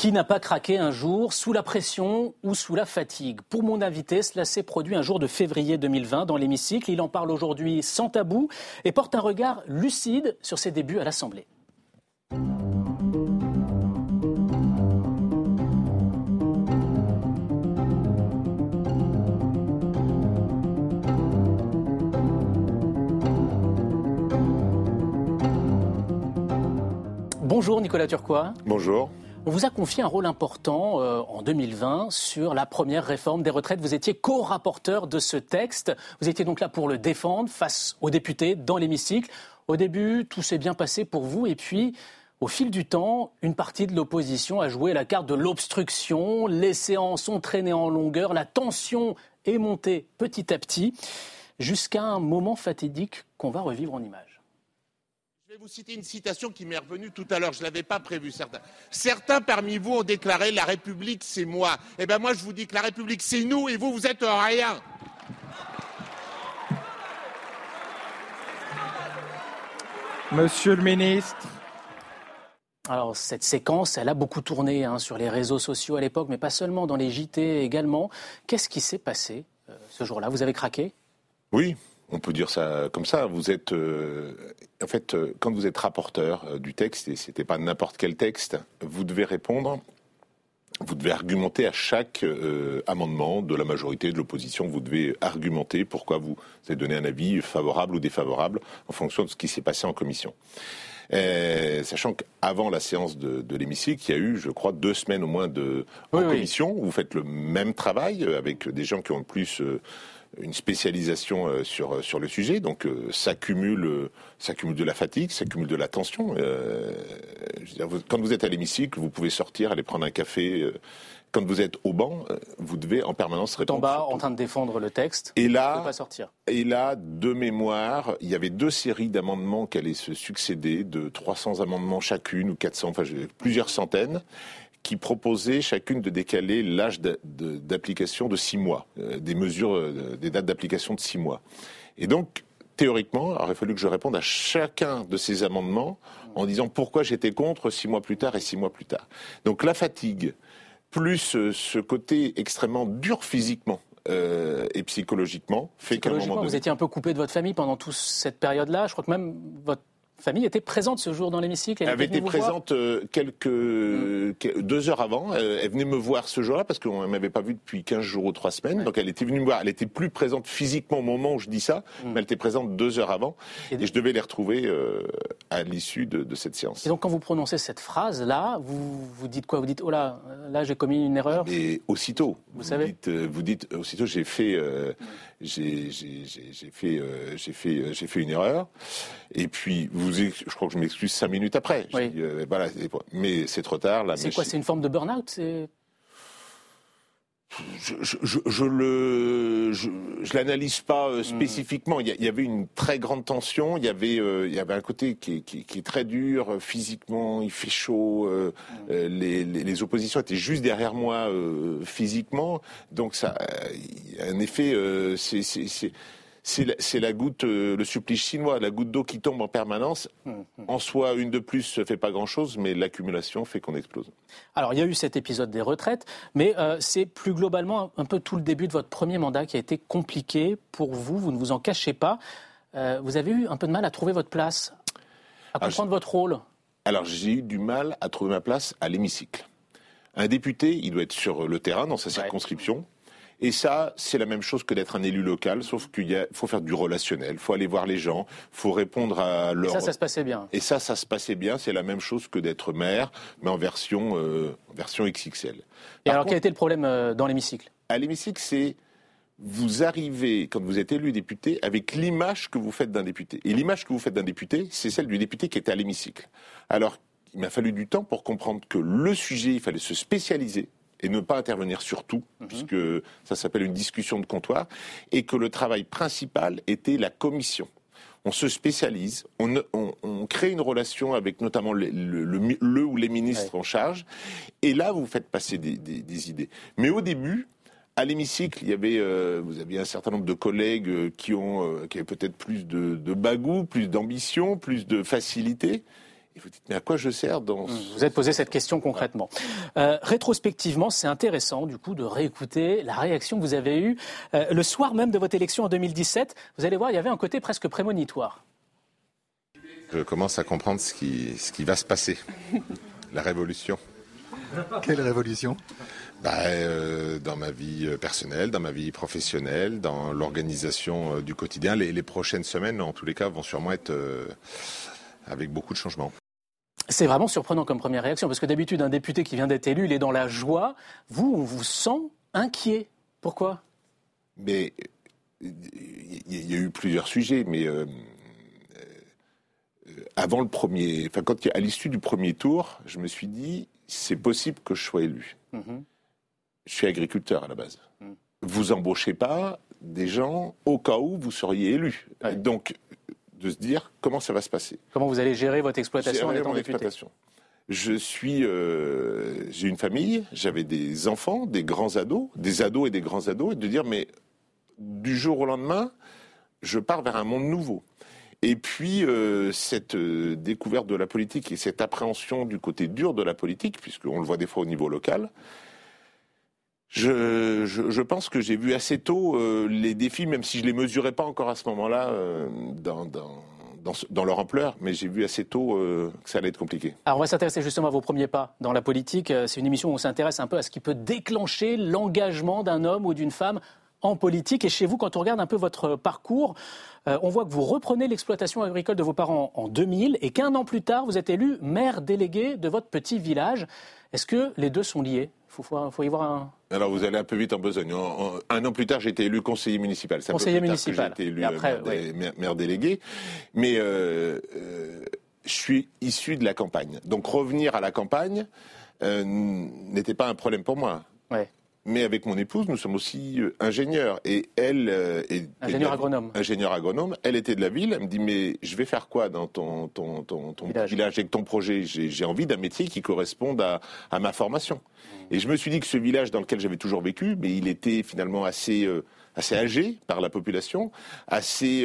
Qui n'a pas craqué un jour sous la pression ou sous la fatigue ? Pour mon invité, cela s'est produit un jour de février 2020 dans l'hémicycle. Il en parle aujourd'hui sans tabou et porte un regard lucide sur ses débuts à l'Assemblée. Bonjour Nicolas Turquois. Bonjour. On vous a confié un rôle important en 2020 sur la première réforme des retraites. Vous étiez co-rapporteur de ce texte. Vous étiez donc là pour le défendre face aux députés dans l'hémicycle. Au début, tout s'est bien passé pour vous. Et puis, au fil du temps, une partie de l'opposition a joué la carte de l'obstruction. Les séances ont traîné en longueur. La tension est montée petit à petit jusqu'à un moment fatidique qu'on va revivre en images. Je vais vous citer une citation qui m'est revenue tout à l'heure, je ne l'avais pas prévue. Certains parmi vous ont déclaré « La République, c'est moi ». Eh bien moi, je vous dis que la République, c'est nous et vous êtes rien. Monsieur le ministre. Alors cette séquence, elle a beaucoup tourné sur les réseaux sociaux à l'époque, mais pas seulement, dans les JT également. Qu'est-ce qui s'est passé ce jour-là ? Vous avez craqué ? Oui. On peut dire ça comme ça. Vous êtes, en fait, quand vous êtes rapporteur du texte, et c'était pas n'importe quel texte, vous devez répondre, vous devez argumenter à chaque amendement de la majorité, de l'opposition. Vous devez argumenter pourquoi vous avez donné un avis favorable ou défavorable en fonction de ce qui s'est passé en commission. Sachant qu'avant la séance de l'hémicycle, il y a eu, je crois, 2 semaines au moins en commission où vous faites le même travail avec des gens qui ont plus une spécialisation sur le sujet, donc ça cumule de la fatigue, ça cumule de la tension. Quand vous êtes à l'hémicycle, vous pouvez sortir, aller prendre un café. Quand vous êtes au banc, vous devez en permanence répondre. En bas, en train de défendre le texte, et là, vous ne pouvez pas sortir. Et là, de mémoire, il y avait 2 séries d'amendements qui allaient se succéder, de 300 amendements chacune, ou 400, enfin plusieurs centaines, qui proposaient chacune de décaler l'âge d'application de 6 mois, des dates d'application de 6 mois. Et donc, théoriquement, il aurait fallu que je réponde à chacun de ces amendements en disant pourquoi j'étais contre 6 mois plus tard et 6 mois plus tard. Donc la fatigue, plus ce côté extrêmement dur physiquement et psychologiquement, fait qu'à un moment donné... Vous étiez un peu coupé de votre famille pendant toute cette période-là. Je crois que même votre famille était présente ce jour dans l'hémicycle. Elle avait été présente 2 heures avant. Elle venait me voir ce jour-là parce qu'on ne m'avait pas vu depuis 15 jours ou 3 semaines. Ouais. Donc elle était venue me voir. Elle était plus présente physiquement au moment où je dis ça, mais elle était présente 2 heures avant. Et je devais les retrouver à l'issue de cette séance. Et donc quand vous prononcez cette phrase-là, vous dites quoi ? Vous dites « Oh là j'ai commis une erreur ». Et aussitôt. Vous savez ? Vous dites aussitôt j'ai fait une erreur. Et puis je crois que je m'excuse 5 minutes après. Oui. Dis, voilà, mais c'est trop tard. Là, c'est quoi ? C'est une forme de burn-out ? Je l'analyse pas spécifiquement. Il y avait une très grande tension. Il y avait un côté qui est très dur physiquement. Il fait chaud. Les oppositions étaient juste derrière moi physiquement. Donc ça, un effet. C'est la goutte, le supplice chinois, la goutte d'eau qui tombe en permanence. En soi, une de plus ne fait pas grand-chose, mais l'accumulation fait qu'on explose. Alors, il y a eu cet épisode des retraites, mais c'est plus globalement un peu tout le début de votre premier mandat qui a été compliqué pour vous. Vous ne vous en cachez pas. Vous avez eu un peu de mal à trouver votre place, à comprendre votre rôle. Alors, j'ai eu du mal à trouver ma place à l'hémicycle. Un député, il doit être sur le terrain, dans sa circonscription. Et ça, c'est la même chose que d'être un élu local, sauf qu'il faut faire du relationnel, il faut aller voir les gens, il faut répondre à leurs... Et ça se passait bien. Et ça se passait bien, c'est la même chose que d'être maire, mais en version XXL. Et alors, quel était le problème dans l'hémicycle ? À l'hémicycle, c'est... Vous arrivez, quand vous êtes élu député, avec l'image que vous faites d'un député. Et l'image que vous faites d'un député, c'est celle du député qui était à l'hémicycle. Alors, il m'a fallu du temps pour comprendre que le sujet, il fallait se spécialiser et ne pas intervenir sur tout, puisque ça s'appelle une discussion de comptoir, et que le travail principal était la commission. On se spécialise, on crée une relation avec notamment le ou les ministres en charge, et là, vous faites passer des idées. Mais au début, à l'hémicycle, vous aviez un certain nombre de collègues qui avaient peut-être plus de bagou, plus d'ambition, plus de facilité. Et vous dites, mais à quoi je sers dans... Vous êtes posé cette question concrètement. Rétrospectivement, c'est intéressant du coup de réécouter la réaction que vous avez eue le soir même de votre élection en 2017. Vous allez voir, il y avait un côté presque prémonitoire. Je commence à comprendre ce qui va se passer. La révolution. Quelle révolution ? Dans ma vie personnelle, dans ma vie professionnelle, dans l'organisation du quotidien. Les prochaines semaines, en tous les cas, vont sûrement être avec beaucoup de changements. C'est vraiment surprenant comme première réaction, parce que d'habitude, un député qui vient d'être élu, il est dans la joie. Vous, on vous sent inquiet. Pourquoi ? Mais il y a eu plusieurs sujets, mais avant à l'issue du premier tour, je me suis dit, c'est possible que je sois élu. Mm-hmm. Je suis agriculteur à la base. Vous embauchez pas des gens au cas où vous seriez élu. Ouais. Donc, de se dire comment ça va se passer. Comment vous allez gérer votre exploitation en étant député ? J'ai une famille, j'avais des enfants, des grands ados, des ados et des grands ados, et de dire, mais du jour au lendemain, je pars vers un monde nouveau. Et puis, cette découverte de la politique et cette appréhension du côté dur de la politique, puisqu'on le voit des fois au niveau local, je pense que j'ai vu assez tôt les défis, même si je ne les mesurais pas encore à ce moment-là dans leur ampleur, mais j'ai vu assez tôt que ça allait être compliqué. Alors on va s'intéresser justement à vos premiers pas dans la politique. C'est une émission où on s'intéresse un peu à ce qui peut déclencher l'engagement d'un homme ou d'une femme en politique. Et chez vous, quand on regarde un peu votre parcours, on voit que vous reprenez l'exploitation agricole de vos parents en 2000 et qu'1 an plus tard, vous êtes élu maire délégué de votre petit village. Est-ce que les deux sont liés ? Faut y voir un... Alors vous allez un peu vite en besogne. 1 an plus tard, j'ai été élu conseiller municipal. C'est conseiller un peu plus municipal. Tard que j'ai été élu maire délégué. Mais je suis issu de la campagne. Donc revenir à la campagne n'était pas un problème pour moi. Ouais. Mais avec mon épouse, nous sommes aussi ingénieurs. Et elle est ingénieur agronome. Elle était de la ville. Elle me dit, mais je vais faire quoi dans ton village avec ton projet ? J'ai envie d'un métier qui corresponde à ma formation. Et je me suis dit que ce village dans lequel j'avais toujours vécu, mais il était finalement assez âgé par la population, assez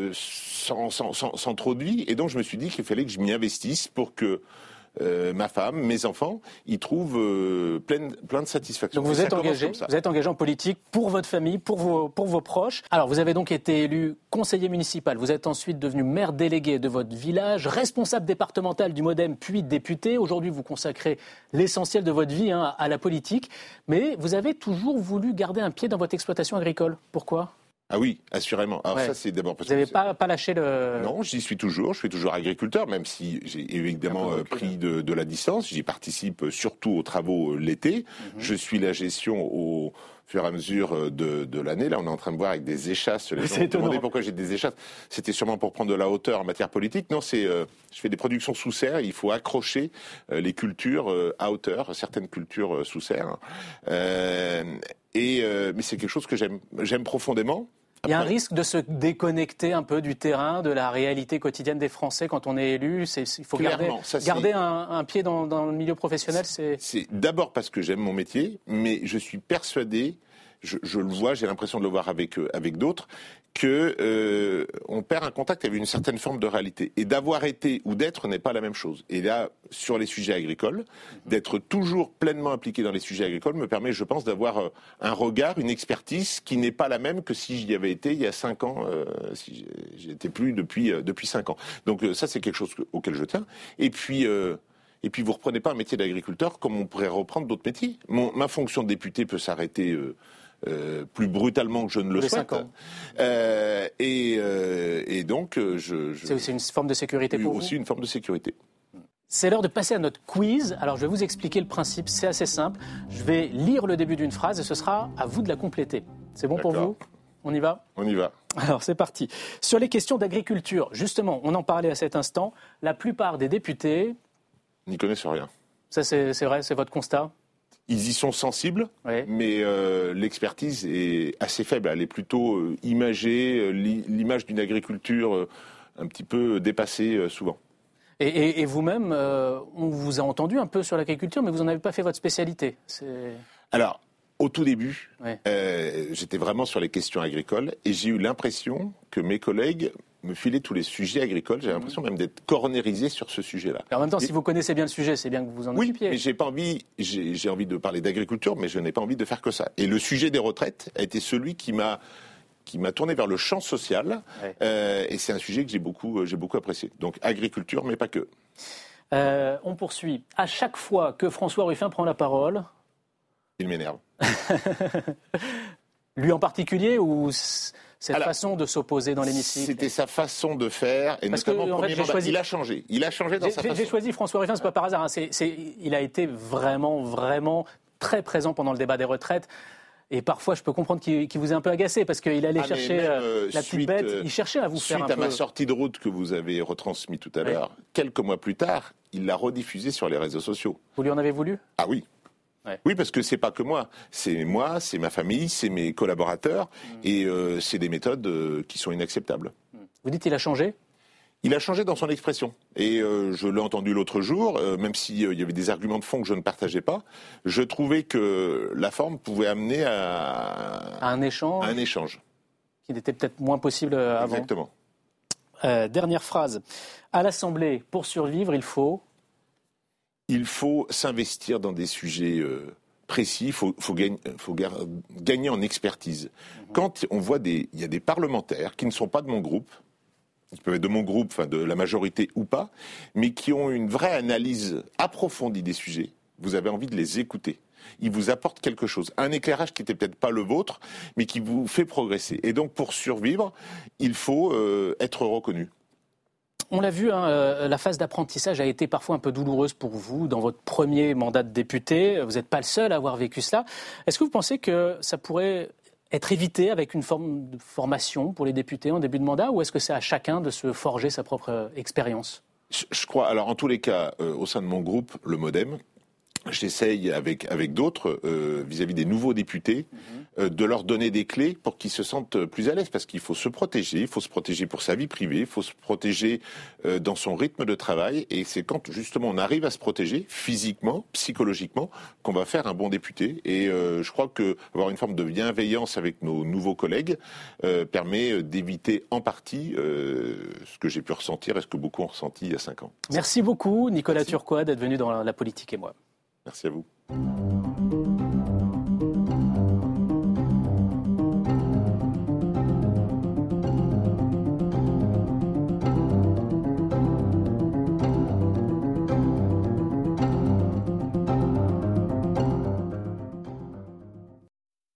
sans trop de vie. Et donc je me suis dit qu'il fallait que je m'y investisse pour que ma femme, mes enfants, y trouvent plein de satisfaction. Donc vous êtes engagé en politique pour votre famille, pour vos proches. Alors vous avez donc été élu conseiller municipal, vous êtes ensuite devenu maire délégué de votre village, responsable départemental du MoDem, puis député. Aujourd'hui vous consacrez l'essentiel de votre vie à la politique, mais vous avez toujours voulu garder un pied dans votre exploitation agricole. Pourquoi ? Ah oui, assurément. Alors ça, c'est d'abord parce que... Vous n'avez pas lâché le... Non, j'y suis toujours. Je suis toujours agriculteur, même si j'ai évidemment pris de la distance. J'y participe surtout aux travaux l'été. Je suis la gestion au fur et à mesure de l'année. Là, on est en train de voir avec des échasses. Les gens me demandaient pourquoi j'ai des échasses. C'était sûrement pour prendre de la hauteur en matière politique. Non, je fais des productions sous serre. Il faut accrocher les cultures à hauteur, certaines cultures sous serre. Mais c'est quelque chose que j'aime profondément. Il y a un risque de se déconnecter un peu du terrain, de la réalité quotidienne des Français quand on est élu. Il faut garder un pied dans le milieu professionnel. C'est d'abord parce que j'aime mon métier, mais je suis persuadé, je le vois, j'ai l'impression de le voir avec d'autres, que on perd un contact avec une certaine forme de réalité. Et d'avoir été ou d'être n'est pas la même chose. Et là, sur les sujets agricoles, d'être toujours pleinement impliqué dans les sujets agricoles me permet, je pense, d'avoir un regard, une expertise qui n'est pas la même que si j'y avais été il y a 5 ans, si j'y étais plus depuis 5 ans. Donc ça, c'est quelque chose auquel je tiens. Et puis vous reprenez pas un métier d'agriculteur comme on pourrait reprendre d'autres métiers. Ma fonction de député peut s'arrêter plus brutalement que je ne le souhaite. Et donc, c'est aussi une forme de sécurité pour vous ? Aussi une forme de sécurité. C'est l'heure de passer à notre quiz. Alors, je vais vous expliquer le principe. C'est assez simple. Je vais lire le début d'une phrase et ce sera à vous de la compléter. C'est bon pour vous ? On y va ? On y va. Alors, c'est parti. Sur les questions d'agriculture, justement, on en parlait à cet instant, la plupart des députés... n'y connaissent rien. Ça, c'est vrai, c'est votre constat ? Ils y sont sensibles, oui. Mais l'expertise est assez faible. Elle est plutôt imagée, l'image d'une agriculture un petit peu dépassée souvent. Et vous-même, on vous a entendu un peu sur l'agriculture, mais vous n'en avez pas fait votre spécialité. Alors, au tout début, j'étais vraiment sur les questions agricoles et j'ai eu l'impression que mes collègues me filer tous les sujets agricoles. J'ai l'impression même d'être cornérisé sur ce sujet-là. Et en même temps, si vous connaissez bien le sujet, c'est bien que vous en occupiez. Oui, mais j'ai pas envie. J'ai envie de parler d'agriculture, mais je n'ai pas envie de faire que ça. Et le sujet des retraites a été celui qui m'a tourné vers le champ social. Ouais. Et c'est un sujet que j'ai beaucoup apprécié. Donc agriculture, mais pas que. On poursuit. À chaque fois que François Ruffin prend la parole, il m'énerve. Lui en particulier ou cette façon de s'opposer dans l'hémicycle? C'était sa façon de faire, et parce notamment premier mandat. Il a changé dans sa façon. J'ai choisi François Ruffin, c'est pas par hasard. Hein. Il a été vraiment, vraiment très présent pendant le débat des retraites. Et parfois, je peux comprendre qu'il vous ait un peu agacé parce qu'il allait chercher la petite bête. Il cherchait à vous faire un peu... Suite à ma sortie de route que vous avez retransmis tout à l'heure, quelques mois plus tard, il l'a rediffusée sur les réseaux sociaux. Vous lui en avez voulu? Ah oui. Ouais. Oui, parce que c'est pas que moi, c'est ma famille, c'est mes collaborateurs, et c'est des méthodes qui sont inacceptables. Vous dites qu'il a changé? Il a changé dans son expression. Et je l'ai entendu l'autre jour, même s'il y avait des arguments de fond que je ne partageais pas, je trouvais que la forme pouvait amener à un échange. Qui n'était peut-être moins possible avant. Exactement. Dernière phrase. À l'Assemblée, pour survivre, il faut s'investir dans des sujets précis, il faut gagner en expertise. Quand on voit il y a des parlementaires qui ne sont pas de mon groupe, qui peuvent être de mon groupe, enfin de la majorité ou pas, mais qui ont une vraie analyse approfondie des sujets, vous avez envie de les écouter. Ils vous apportent quelque chose, un éclairage qui n'était peut-être pas le vôtre, mais qui vous fait progresser. Et donc pour survivre, il faut être reconnu. On l'a vu, la phase d'apprentissage a été parfois un peu douloureuse pour vous dans votre premier mandat de député. Vous n'êtes pas le seul à avoir vécu cela. Est-ce que vous pensez que ça pourrait être évité avec une forme de formation pour les députés en début de mandat, ou est-ce que c'est à chacun de se forger sa propre expérience? Je crois, alors en tous les cas, au sein de mon groupe, le MoDem, j'essaye avec d'autres, vis-à-vis des nouveaux députés, de leur donner des clés pour qu'ils se sentent plus à l'aise, parce qu'il faut se protéger pour sa vie privée, il faut se protéger dans son rythme de travail, et c'est quand justement on arrive à se protéger physiquement, psychologiquement, qu'on va faire un bon député. Et je crois que avoir une forme de bienveillance avec nos nouveaux collègues permet d'éviter en partie ce que j'ai pu ressentir et ce que beaucoup ont ressenti il y a 5 ans. Merci beaucoup Nicolas Turquois d'être venu dans La Politique et moi. Merci à vous.